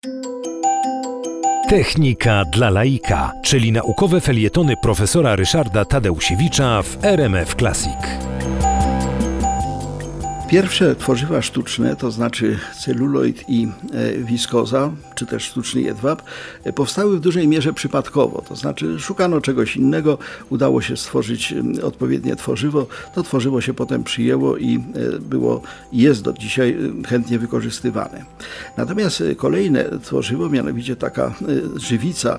Technika dla laika, czyli naukowe felietony profesora Ryszarda Tadeusiewicza w RMF Classic. Pierwsze tworzywa sztuczne, to znaczy celuloid i wiskoza, czy też sztuczny jedwab, powstały w dużej mierze przypadkowo. To znaczy szukano czegoś innego, udało się stworzyć odpowiednie tworzywo. To tworzywo się potem przyjęło i jest do dzisiaj chętnie wykorzystywane. Natomiast kolejne tworzywo, mianowicie taka żywica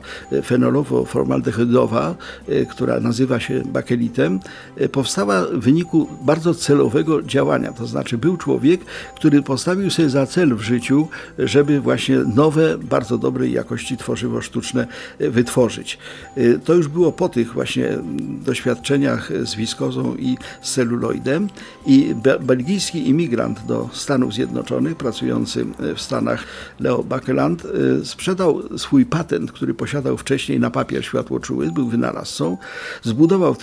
fenolowo-formaldehydowa, która nazywa się bakelitem, powstała w wyniku bardzo celowego działania. To znaczy był człowiek, który postawił sobie za cel w życiu, żeby właśnie nowe, bardzo dobrej jakości tworzywo sztuczne wytworzyć. To już było po tych właśnie doświadczeniach z wiskozą i z celuloidem i belgijski imigrant do Stanów Zjednoczonych, pracujący w Stanach, Leo Baekeland, sprzedał swój patent, który posiadał wcześniej na papier światłoczuły, był wynalazcą, zbudował w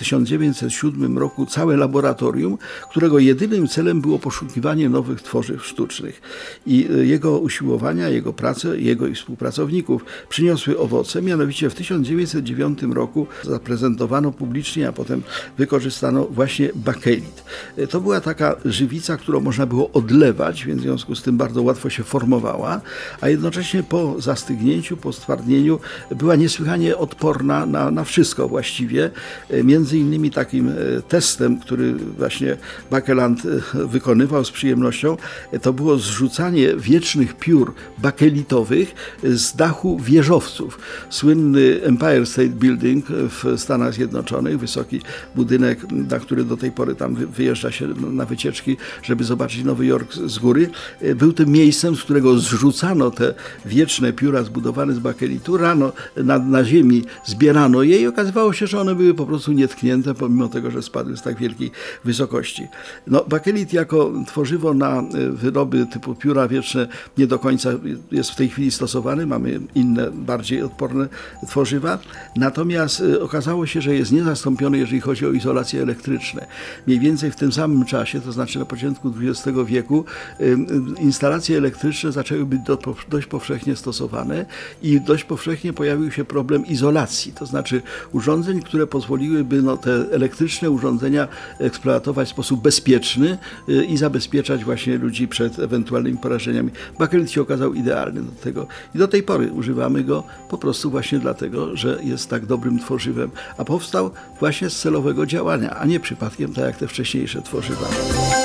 1907 roku całe laboratorium, którego jedynym celem było poszukiwanie nowych tworzyw sztucznych. I jego usiłowania, jego prace, jego i współpracowników przyniosły owoce. Mianowicie w 1909 roku zaprezentowano publicznie, a potem wykorzystano właśnie bakelit. To była taka żywica, którą można było odlewać, więc w związku z tym bardzo łatwo się formowała, a jednocześnie po zastygnięciu, po stwardnieniu była niesłychanie odporna na wszystko właściwie. Między innymi takim testem, który właśnie Baekeland wykonywał z przyjemnością, to było zrzucanie wiecznych piór bakelitowych z dachu wieżowców. Słynny Empire State Building w Stanach Zjednoczonych, wysoki budynek, na który do tej pory tam wyjeżdża się na wycieczki, żeby zobaczyć Nowy Jork z góry, był tym miejscem, z którego zrzucano te wieczne pióra zbudowane z bakelitu. Rano na ziemi zbierano je i okazywało się, że one były po prostu nietknięte, pomimo tego, że spadły z tak wielkiej wysokości. Bakelit jako tworzywo na wyroby typu pióra wieczne nie do końca jest w tej chwili stosowany. Mamy inne, bardziej odporne tworzywa. Natomiast okazało się, że jest niezastąpiony, jeżeli chodzi o izolacje elektryczne. Mniej więcej w tym samym czasie, to znaczy na początku XX wieku, instalacje elektryczne zaczęły być dość powszechnie stosowane i dość powszechnie pojawił się problem izolacji. To znaczy urządzeń, które pozwoliłyby te elektryczne urządzenia eksploatować w sposób bezpieczny i zabezpieczać właśnie ludzi przed ewentualnymi porażeniami. Bakelit się okazał idealny do tego i do tej pory używamy go po prostu właśnie dlatego, że jest tak dobrym tworzywem, a powstał właśnie z celowego działania, a nie przypadkiem tak jak te wcześniejsze tworzywa.